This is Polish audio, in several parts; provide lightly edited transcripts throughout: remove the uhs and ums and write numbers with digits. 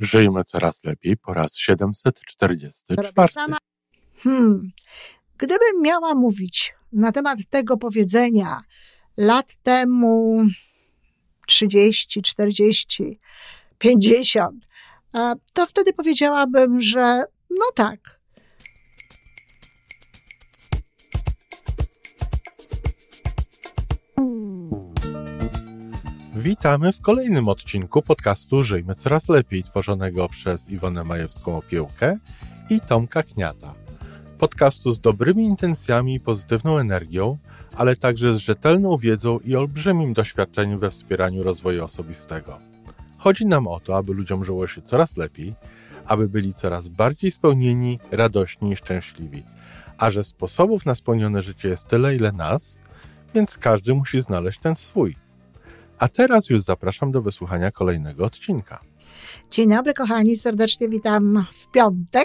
Żyjmy coraz lepiej po raz 744. Gdybym miała mówić na temat tego powiedzenia lat temu 30, 40, 50, to wtedy powiedziałabym, że no tak. Witamy w kolejnym odcinku podcastu Żyjmy Coraz Lepiej, tworzonego przez Iwonę Majewską-Opiełkę i Tomka Kniata. Podcastu z dobrymi intencjami i pozytywną energią, ale także z rzetelną wiedzą i olbrzymim doświadczeniem we wspieraniu rozwoju osobistego. Chodzi nam o to, aby ludziom żyło się coraz lepiej, aby byli coraz bardziej spełnieni, radośni i szczęśliwi. A że sposobów na spełnione życie jest tyle, ile nas, więc każdy musi znaleźć ten swój. A teraz już zapraszam do wysłuchania kolejnego odcinka. Dzień dobry kochani, serdecznie witam w piątek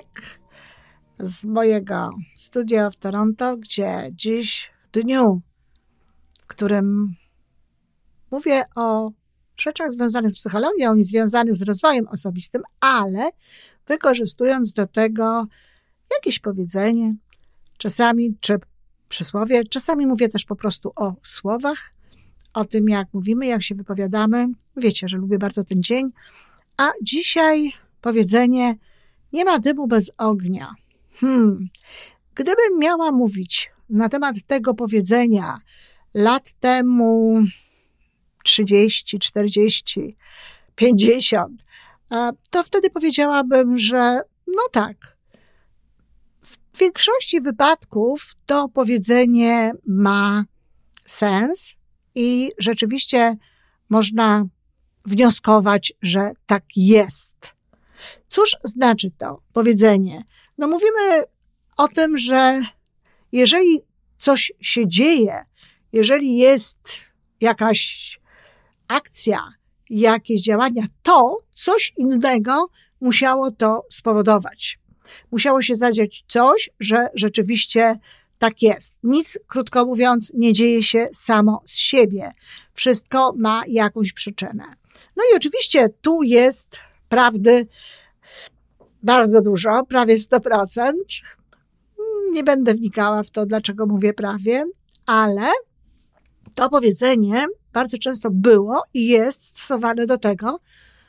z mojego studia w Toronto, gdzie dziś w dniu, w którym mówię o rzeczach związanych z psychologią i związanych z rozwojem osobistym, ale wykorzystując do tego jakieś powiedzenie, czasami czy przysłowie, czasami mówię też po prostu o słowach, o tym, jak mówimy, jak się wypowiadamy. Wiecie, że lubię bardzo ten dzień. A dzisiaj powiedzenie: nie ma dymu bez ognia. Gdybym miała mówić na temat tego powiedzenia lat temu 30, 40, 50, to wtedy powiedziałabym, że no tak. W większości wypadków to powiedzenie ma sens i rzeczywiście można wnioskować, że tak jest. Cóż znaczy to powiedzenie? No mówimy o tym, że jeżeli coś się dzieje, jeżeli jest jakaś akcja, jakieś działania, to coś innego musiało to spowodować. Musiało się zadziać coś, że rzeczywiście tak jest. Nic, krótko mówiąc, nie dzieje się samo z siebie. Wszystko ma jakąś przyczynę. No i oczywiście tu jest prawdy bardzo dużo, prawie 100%. Nie będę wnikała w to, dlaczego mówię prawie, ale to powiedzenie bardzo często było i jest stosowane do tego,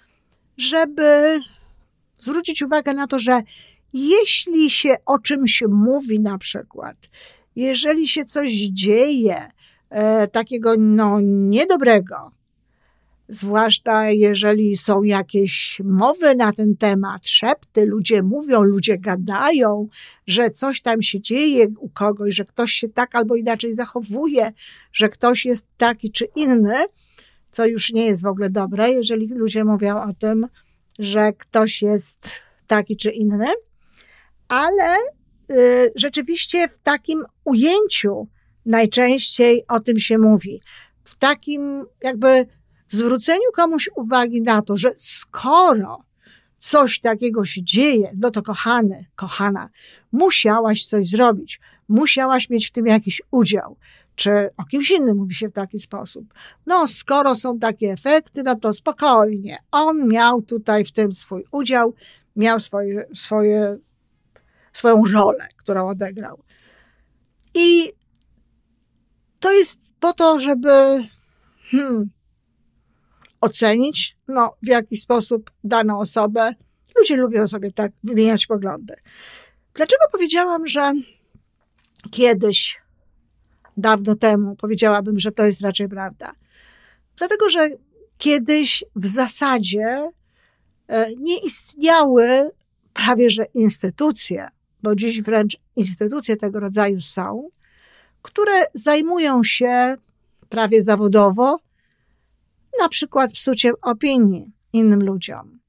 żeby zwrócić uwagę na to, że jeśli się o czymś mówi na przykład, jeżeli się coś dzieje takiego niedobrego, zwłaszcza jeżeli są jakieś mowy na ten temat, szepty, ludzie mówią, ludzie gadają, że coś tam się dzieje u kogoś, że ktoś się tak albo inaczej zachowuje, że ktoś jest taki czy inny, co już nie jest w ogóle dobre, jeżeli ludzie mówią o tym, że ktoś jest taki czy inny, ale rzeczywiście w takim ujęciu najczęściej o tym się mówi. W takim jakby zwróceniu komuś uwagi na to, że skoro coś takiego się dzieje, no to kochany, kochana, musiałaś coś zrobić, musiałaś mieć w tym jakiś udział, czy o kimś innym mówi się w taki sposób. No skoro są takie efekty, no to spokojnie, on miał tutaj w tym swój udział, miał swoją rolę, którą odegrał. I to jest po to, żeby ocenić, w jaki sposób daną osobę. Ludzie lubią sobie tak wymieniać poglądy. Dlaczego powiedziałam, że kiedyś, dawno temu, powiedziałabym, że to jest raczej prawda? Dlatego, że kiedyś w zasadzie nie istniały prawie że instytucje, bo dziś wręcz instytucje tego rodzaju są, które zajmują się prawie zawodowo na przykład psuciem opinii innym ludziom,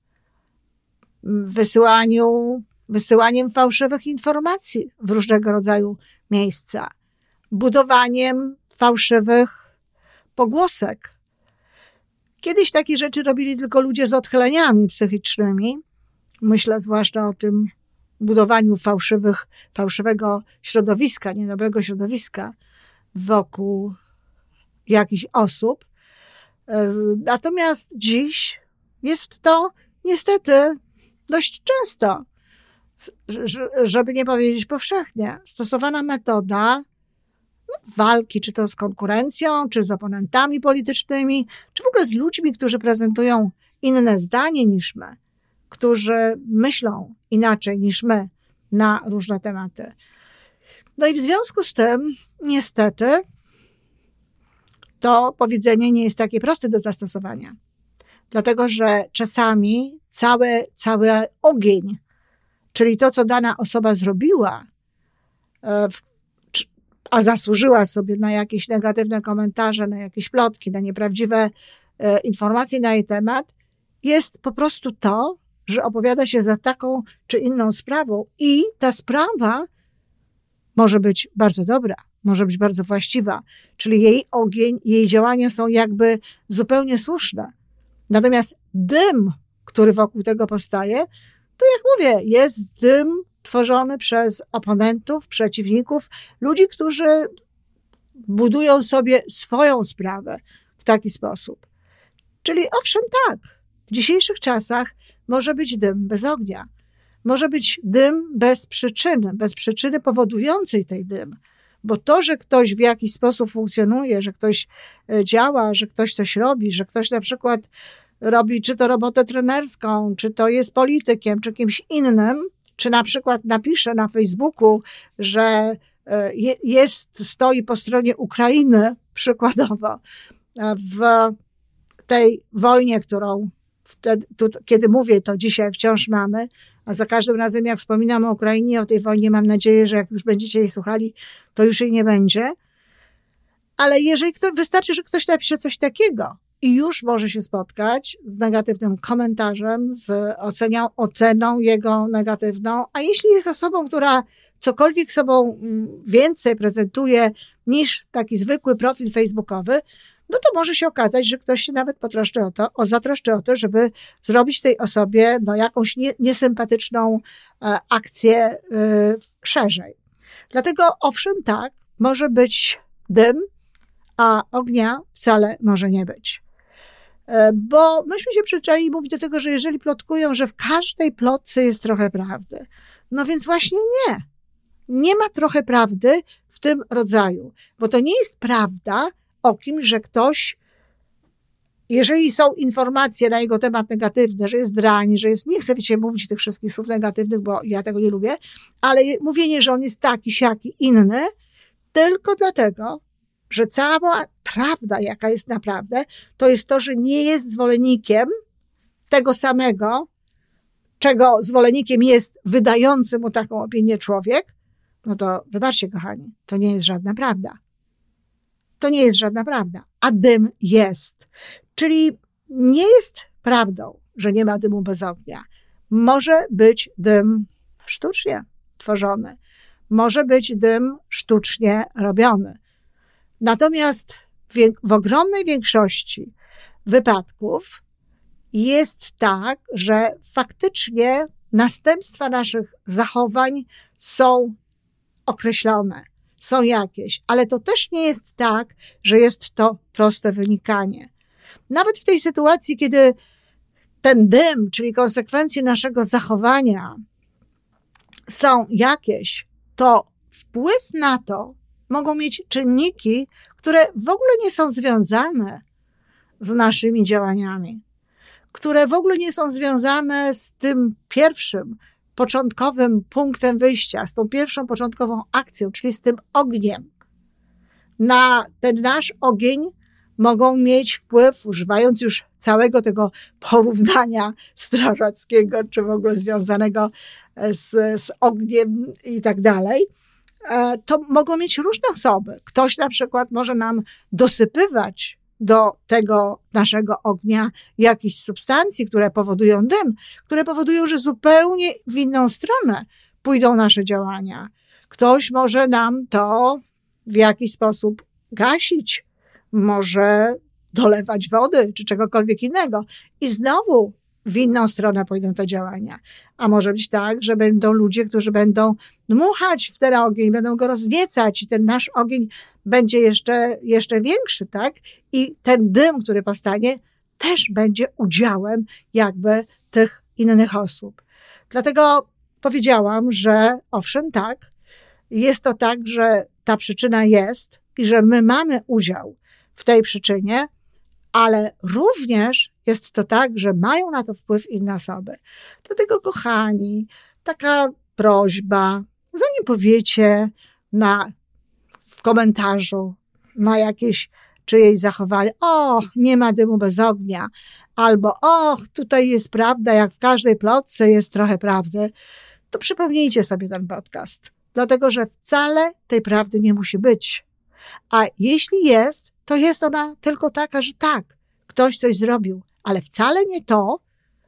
wysyłaniem fałszywych informacji w różnego rodzaju miejsca, budowaniem fałszywych pogłosek. Kiedyś takie rzeczy robili tylko ludzie z odchyleniami psychicznymi. Myślę zwłaszcza o tym budowaniu fałszywego środowiska, niedobrego środowiska wokół jakichś osób. Natomiast dziś jest to niestety dość często, żeby nie powiedzieć powszechnie, stosowana metoda walki, czy to z konkurencją, czy z oponentami politycznymi, czy w ogóle z ludźmi, którzy prezentują inne zdanie niż my, którzy myślą inaczej niż my na różne tematy. No i w związku z tym, niestety, to powiedzenie nie jest takie proste do zastosowania. Dlatego, że czasami cały ogień, czyli to, co dana osoba zrobiła, a zasłużyła sobie na jakieś negatywne komentarze, na jakieś plotki, na nieprawdziwe informacje na jej temat, jest po prostu to, że opowiada się za taką czy inną sprawą i ta sprawa może być bardzo dobra, może być bardzo właściwa, czyli jej ogień, jej działania są jakby zupełnie słuszne. Natomiast dym, który wokół tego powstaje, to jak mówię, jest dym tworzony przez oponentów, przeciwników, ludzi, którzy budują sobie swoją sprawę w taki sposób. Czyli owszem, tak, w dzisiejszych czasach może być dym bez ognia. Może być dym bez przyczyny powodującej tej dym. Bo to, że ktoś w jakiś sposób funkcjonuje, że ktoś działa, że ktoś coś robi, że ktoś na przykład robi czy to robotę trenerską, czy to jest politykiem, czy kimś innym, czy na przykład napisze na Facebooku, że stoi po stronie Ukrainy, przykładowo, w tej wojnie, którą wtedy, kiedy mówię, to dzisiaj wciąż mamy, a za każdym razem, jak wspominam o Ukrainie, o tej wojnie, mam nadzieję, że jak już będziecie jej słuchali, to już jej nie będzie. Ale wystarczy, że ktoś napisze coś takiego i już może się spotkać z negatywnym komentarzem, z oceną jego negatywną, a jeśli jest osobą, która cokolwiek sobą więcej prezentuje niż taki zwykły profil facebookowy, no to może się okazać, że ktoś się nawet zatroszczy o to, żeby zrobić tej osobie jakąś niesympatyczną akcję szerzej. Dlatego owszem, tak, może być dym, a ognia wcale może nie być. Bo myśmy się przyzwyczaili mówić do tego, że jeżeli plotkują, że w każdej plotce jest trochę prawdy. No więc właśnie nie. Nie ma trochę prawdy w tym rodzaju, bo to nie jest prawda o kimś, że ktoś, jeżeli są informacje na jego temat negatywne, że jest drań, że jest, nie chcę mówić tych wszystkich słów negatywnych, bo ja tego nie lubię, ale mówienie, że on jest taki, siaki, inny, tylko dlatego, że cała prawda, jaka jest naprawdę, to jest to, że nie jest zwolennikiem tego samego, czego zwolennikiem jest wydający mu taką opinię człowiek, no to wybaczcie, kochani, to nie jest żadna prawda. To nie jest żadna prawda, a dym jest. Czyli nie jest prawdą, że nie ma dymu bez ognia. Może być dym sztucznie tworzony. Może być dym sztucznie robiony. Natomiast w ogromnej większości wypadków jest tak, że faktycznie następstwa naszych zachowań są określone, są jakieś, ale to też nie jest tak, że jest to proste wynikanie. Nawet w tej sytuacji, kiedy ten dym, czyli konsekwencje naszego zachowania są jakieś, to wpływ na to mogą mieć czynniki, które w ogóle nie są związane z naszymi działaniami, które w ogóle nie są związane z tym pierwszym, początkowym punktem wyjścia, z tą pierwszą początkową akcją, czyli z tym ogniem. Na ten nasz ogień mogą mieć wpływ, używając już całego tego porównania strażackiego, czy w ogóle związanego z ogniem i tak dalej, to mogą mieć różne osoby. Ktoś na przykład może nam dosypywać do tego naszego ognia jakichś substancji, które powodują dym, które powodują, że zupełnie w inną stronę pójdą nasze działania. Ktoś może nam to w jakiś sposób gasić, może dolewać wody czy czegokolwiek innego i znowu w inną stronę pójdą te działania. A może być tak, że będą ludzie, którzy będą dmuchać w ten ogień, będą go rozniecać i ten nasz ogień będzie jeszcze większy, tak? I ten dym, który powstanie, też będzie udziałem jakby tych innych osób. Dlatego powiedziałam, że owszem, tak, jest to tak, że ta przyczyna jest i że my mamy udział w tej przyczynie, ale również jest to tak, że mają na to wpływ inne osoby. Dlatego, kochani, taka prośba, zanim powiecie w komentarzu na jakieś czyjeś zachowanie, nie ma dymu bez ognia, albo tutaj jest prawda, jak w każdej plotce jest trochę prawdy, to przypomnijcie sobie ten podcast. Dlatego, że wcale tej prawdy nie musi być. A jeśli jest, to jest ona tylko taka, że tak, ktoś coś zrobił, ale wcale nie to,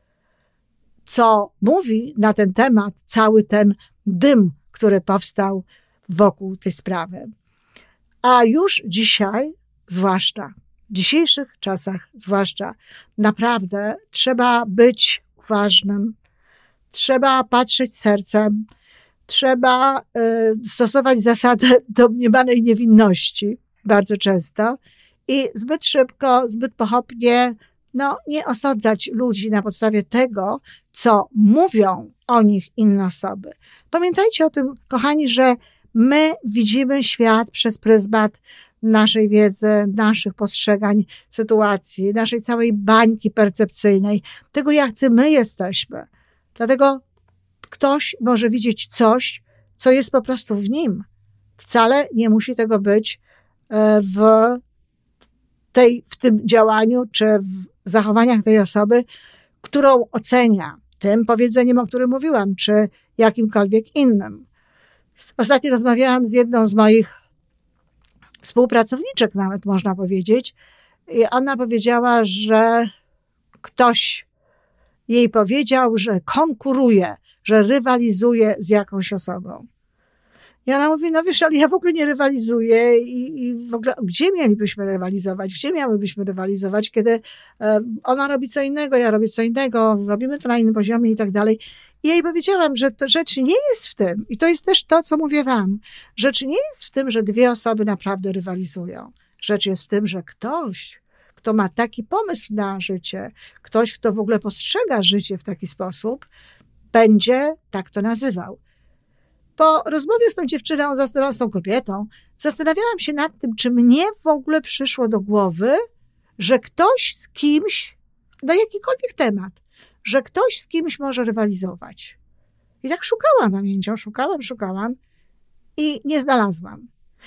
co mówi na ten temat cały ten dym, który powstał wokół tej sprawy. A już dzisiaj, zwłaszcza w dzisiejszych czasach, naprawdę trzeba być uważnym, trzeba patrzeć sercem, trzeba stosować zasadę domniemanej niewinności bardzo często i zbyt szybko, zbyt pochopnie nie osądzać ludzi na podstawie tego, co mówią o nich inne osoby. Pamiętajcie o tym, kochani, że my widzimy świat przez pryzmat naszej wiedzy, naszych postrzegań sytuacji, naszej całej bańki percepcyjnej, tego jacy my jesteśmy. Dlatego ktoś może widzieć coś, co jest po prostu w nim. Wcale nie musi tego być w tym działaniu, czy w zachowaniach tej osoby, którą ocenia tym powiedzeniem, o którym mówiłam, czy jakimkolwiek innym. Ostatnio rozmawiałam z jedną z moich współpracowniczek, nawet można powiedzieć, i ona powiedziała, że ktoś jej powiedział, że konkuruje, że rywalizuje z jakąś osobą. I ona mówi, wiesz, ale ja w ogóle nie rywalizuję i w ogóle gdzie mielibyśmy rywalizować? Gdzie miałybyśmy rywalizować, kiedy ona robi co innego, ja robię co innego, robimy to na innym poziomie i tak dalej. I ja jej powiedziałam, że rzecz nie jest w tym, i to jest też to, co mówię wam, rzecz nie jest w tym, że dwie osoby naprawdę rywalizują. Rzecz jest w tym, że ktoś, kto ma taki pomysł na życie, ktoś, kto w ogóle postrzega życie w taki sposób, będzie tak to nazywał. Po rozmowie z tą dziewczyną, z tą kobietą, zastanawiałam się nad tym, czy mnie w ogóle przyszło do głowy, że ktoś z kimś, na jakikolwiek temat, że ktoś z kimś może rywalizować. I tak szukałam pamięcią, szukałam i nie znalazłam.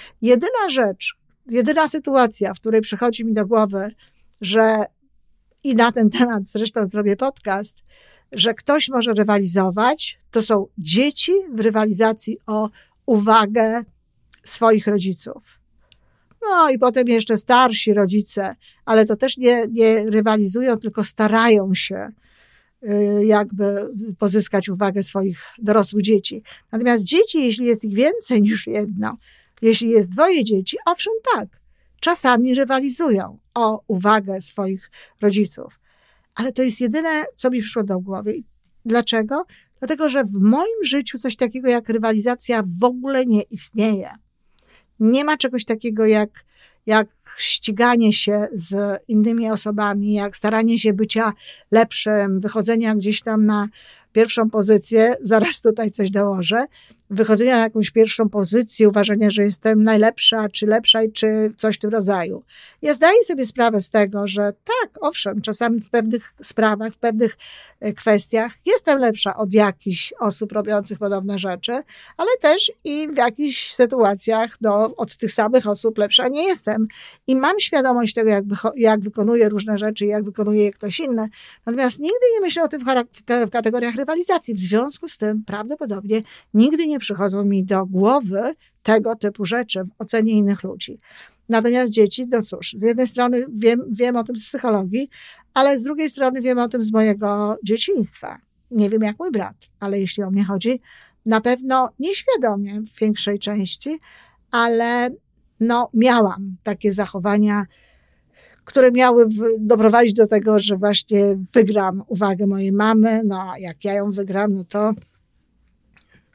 Jedyna sytuacja, w której przychodzi mi do głowy, że i na ten temat zresztą zrobię podcast, że ktoś może rywalizować, to są dzieci w rywalizacji o uwagę swoich rodziców. I potem jeszcze starsi rodzice, ale to też nie rywalizują, tylko starają się jakby pozyskać uwagę swoich dorosłych dzieci. Natomiast dzieci, jeśli jest ich więcej niż jedno, jeśli jest dwoje dzieci, owszem tak, czasami rywalizują o uwagę swoich rodziców. Ale to jest jedyne, co mi przyszło do głowy. Dlaczego? Dlatego, że w moim życiu coś takiego jak rywalizacja w ogóle nie istnieje. Nie ma czegoś takiego jak ściganie się z innymi osobami, jak staranie się bycia lepszym, wychodzenia gdzieś tam na pierwszą pozycję, zaraz tutaj coś dołożę, wychodzenia na jakąś pierwszą pozycję, uważania, że jestem najlepsza, czy lepsza, czy coś w tym rodzaju. Ja zdaję sobie sprawę z tego, że tak, owszem, czasami w pewnych sprawach, w pewnych kwestiach jestem lepsza od jakichś osób robiących podobne rzeczy, ale też i w jakichś sytuacjach od tych samych osób lepsza nie jestem. I mam świadomość tego, jak wykonuję różne rzeczy, jak wykonuje je ktoś inny. Natomiast nigdy nie myślę o tym w kategoriach rywalizacji. W związku z tym prawdopodobnie nigdy nie przychodzą mi do głowy tego typu rzeczy w ocenie innych ludzi. Natomiast dzieci, cóż, z jednej strony wiem o tym z psychologii, ale z drugiej strony wiem o tym z mojego dzieciństwa. Nie wiem jak mój brat, ale jeśli o mnie chodzi, na pewno nieświadomie w większej części, ale miałam takie zachowania, które miały doprowadzić do tego, że właśnie wygram uwagę mojej mamy. A jak ja ją wygram, to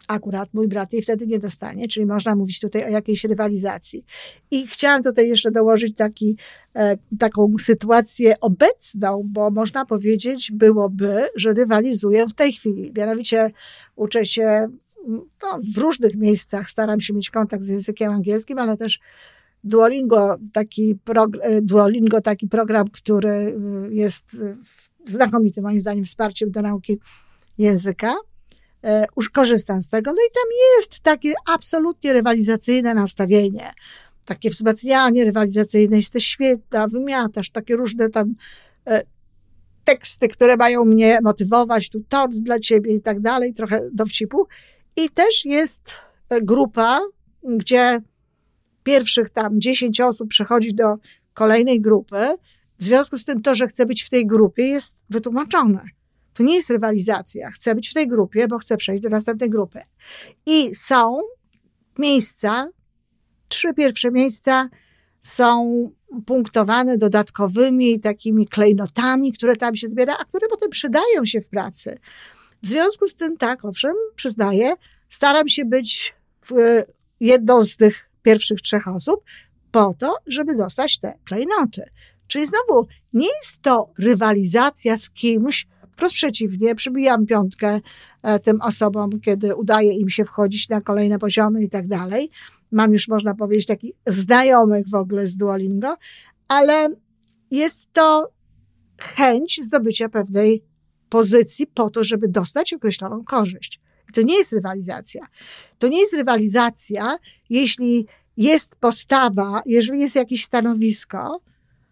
Akurat mój brat jej wtedy nie dostanie, czyli można mówić tutaj o jakiejś rywalizacji. I chciałam tutaj jeszcze dołożyć taką sytuację obecną, bo można powiedzieć byłoby, że rywalizuję w tej chwili. Mianowicie uczę się w różnych miejscach, staram się mieć kontakt z językiem angielskim, ale też Duolingo, taki program, który jest znakomitym moim zdaniem wsparciem do nauki języka. Korzystam z tego. No i tam jest takie absolutnie rywalizacyjne nastawienie. Takie wzmacnianie rywalizacyjne. Jesteś świetna, wymiatasz, takie różne tam teksty, które mają mnie motywować, tu tort dla ciebie i tak dalej, trochę dowcipu. I też jest grupa, gdzie pierwszych tam 10 osób przechodzi do kolejnej grupy. W związku z tym to, że chcę być w tej grupie, jest wytłumaczone. To nie jest rywalizacja. Chcę być w tej grupie, bo chcę przejść do następnej grupy. I są miejsca, 3 pierwsze miejsca są punktowane dodatkowymi takimi klejnotami, które tam się zbiera, a które potem przydają się w pracy. W związku z tym, tak, owszem, przyznaję, staram się być jedną z tych pierwszych 3 osób po to, żeby dostać te klejnoty. Czyli znowu, nie jest to rywalizacja z kimś, wprost przeciwnie, przybijam piątkę tym osobom, kiedy udaje im się wchodzić na kolejne poziomy i tak dalej. Mam już, można powiedzieć, takich znajomych w ogóle z Duolingo, ale jest to chęć zdobycia pewnej pozycji po to, żeby dostać określoną korzyść. I to nie jest rywalizacja. To nie jest rywalizacja, jeśli jest postawa, jeżeli jest jakieś stanowisko,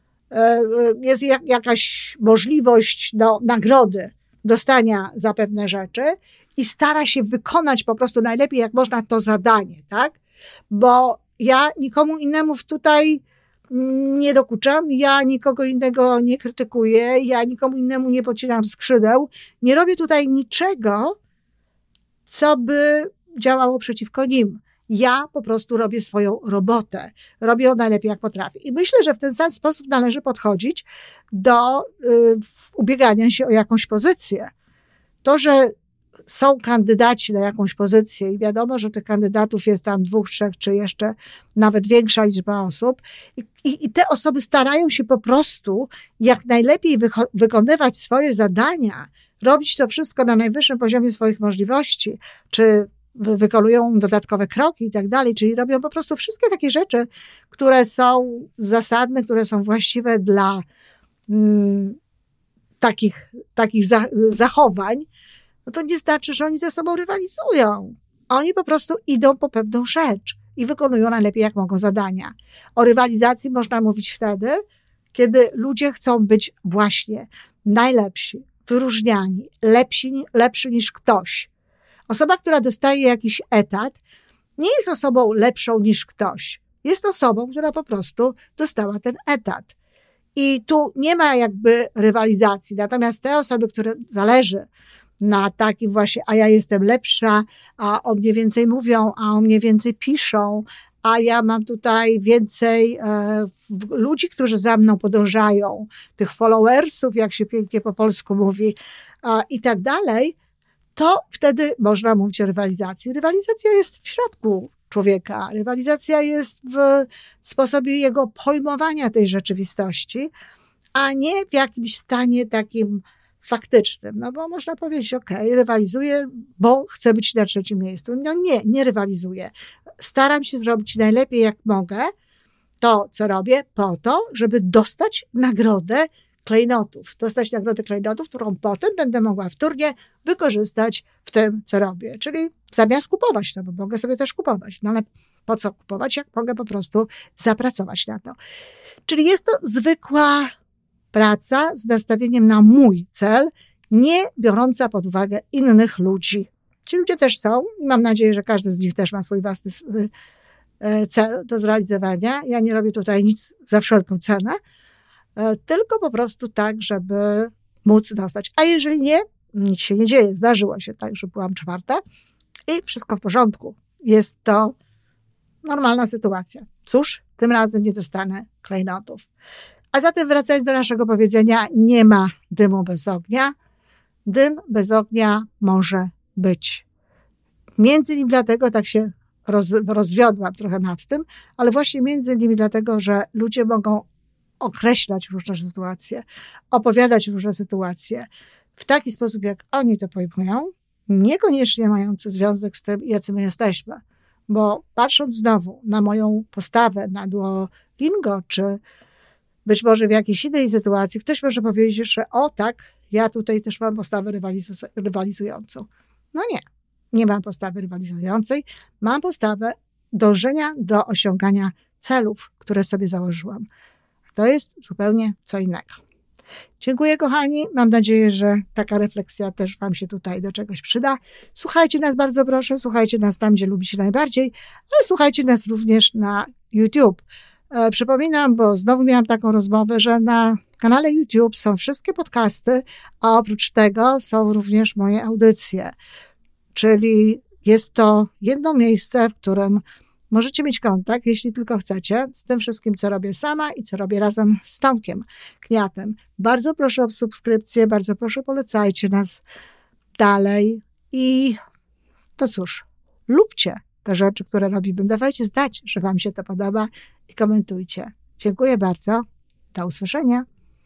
jest jakaś możliwość nagrody, dostania za pewne rzeczy i stara się wykonać po prostu najlepiej, jak można to zadanie, tak? Bo ja nikomu innemu tutaj nie dokuczam, ja nikogo innego nie krytykuję, ja nikomu innemu nie pocinam skrzydeł, nie robię tutaj niczego, co by działało przeciwko nim. Ja po prostu robię swoją robotę. Robię ją najlepiej, jak potrafię. I myślę, że w ten sam sposób należy podchodzić do ubiegania się o jakąś pozycję. To, że są kandydaci na jakąś pozycję i wiadomo, że tych kandydatów jest tam 2, 3, czy jeszcze nawet większa liczba osób i te osoby starają się po prostu jak najlepiej wykonywać swoje zadania, robić to wszystko na najwyższym poziomie swoich możliwości, czy wykonują dodatkowe kroki i tak dalej, czyli robią po prostu wszystkie takie rzeczy, które są zasadne, które są właściwe dla takich zachowań, no to nie znaczy, że oni ze sobą rywalizują. Oni po prostu idą po pewną rzecz i wykonują najlepiej, jak mogą zadania. O rywalizacji można mówić wtedy, kiedy ludzie chcą być właśnie najlepsi, wyróżniani, lepszy niż ktoś. Osoba, która dostaje jakiś etat, nie jest osobą lepszą niż ktoś. Jest osobą, która po prostu dostała ten etat. I tu nie ma jakby rywalizacji. Natomiast te osoby, które zależy na takim właśnie, a ja jestem lepsza, a o mnie więcej mówią, a o mnie więcej piszą, a ja mam tutaj więcej ludzi, którzy za mną podążają, tych followersów, jak się pięknie po polsku mówi, i tak dalej, to wtedy można mówić o rywalizacji. Rywalizacja jest w środku człowieka. Rywalizacja jest w sposobie jego pojmowania tej rzeczywistości, a nie w jakimś stanie takim faktycznym. No bo można powiedzieć, rywalizuję, bo chcę być na 3. miejscu. No nie rywalizuję. Staram się zrobić najlepiej, jak mogę to, co robię, po to, żeby dostać nagrodę klejnotów. Dostać nagrodę klejnotów, którą potem będę mogła wtórnie wykorzystać w tym, co robię. Czyli zamiast kupować to, bo mogę sobie też kupować. No ale po co kupować, jak mogę po prostu zapracować na to. Czyli jest to zwykła praca z nastawieniem na mój cel, nie biorąca pod uwagę innych ludzi. Ci ludzie też są i mam nadzieję, że każdy z nich też ma swój własny cel do zrealizowania. Ja nie robię tutaj nic za wszelką cenę, tylko po prostu tak, żeby móc dostać. A jeżeli nie, nic się nie dzieje. Zdarzyło się tak, że byłam 4. i wszystko w porządku. Jest to normalna sytuacja. Cóż, tym razem nie dostanę klejnotów. A zatem wracając do naszego powiedzenia, nie ma dymu bez ognia. Dym bez ognia może być. Między innymi dlatego tak się rozwiodłam trochę nad tym, ale właśnie między innymi dlatego, że ludzie mogą określać różne sytuacje, opowiadać różne sytuacje w taki sposób, jak oni to pojmują, niekoniecznie mający związek z tym, jacy my jesteśmy. Bo patrząc znowu na moją postawę na Duolingo, czy być może w jakiejś innej sytuacji, ktoś może powiedzieć, że o tak, ja tutaj też mam postawę rywalizującą. No nie mam postawy rywalizującej, mam postawę dążenia do osiągania celów, które sobie założyłam. To jest zupełnie co innego. Dziękuję, kochani. Mam nadzieję, że taka refleksja też wam się tutaj do czegoś przyda. Słuchajcie nas bardzo proszę, słuchajcie nas tam, gdzie lubicie najbardziej, ale słuchajcie nas również na YouTube. Przypominam, bo znowu miałam taką rozmowę, że na kanale YouTube są wszystkie podcasty, a oprócz tego są również moje audycje. Czyli jest to jedno miejsce, w którym możecie mieć kontakt, jeśli tylko chcecie, z tym wszystkim, co robię sama i co robię razem z Tomkiem Kniatem. Bardzo proszę o subskrypcję, bardzo proszę polecajcie nas dalej i to cóż, lubcie te rzeczy, które robimy. Dawajcie znać, że wam się to podoba i komentujcie. Dziękuję bardzo. Do usłyszenia.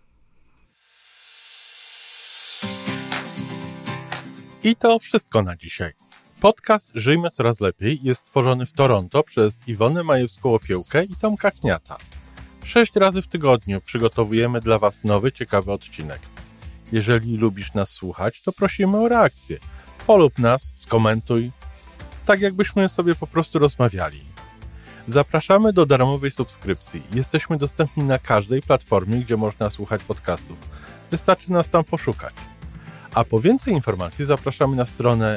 I to wszystko na dzisiaj. Podcast Żyjmy Coraz Lepiej jest tworzony w Toronto przez Iwonę Majewską-Opiełkę i Tomka Kniata. 6 razy w tygodniu przygotowujemy dla Was nowy, ciekawy odcinek. Jeżeli lubisz nas słuchać, to prosimy o reakcję. Polub nas, skomentuj, tak jakbyśmy sobie po prostu rozmawiali. Zapraszamy do darmowej subskrypcji. Jesteśmy dostępni na każdej platformie, gdzie można słuchać podcastów. Wystarczy nas tam poszukać. A po więcej informacji zapraszamy na stronę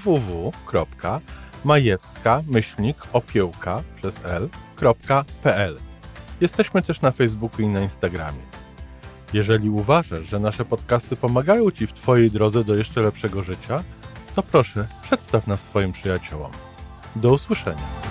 www.majewska-opiełka.pl. Jesteśmy też na Facebooku i na Instagramie. Jeżeli uważasz, że nasze podcasty pomagają Ci w Twojej drodze do jeszcze lepszego życia, to proszę, przedstaw nas swoim przyjaciołom. Do usłyszenia.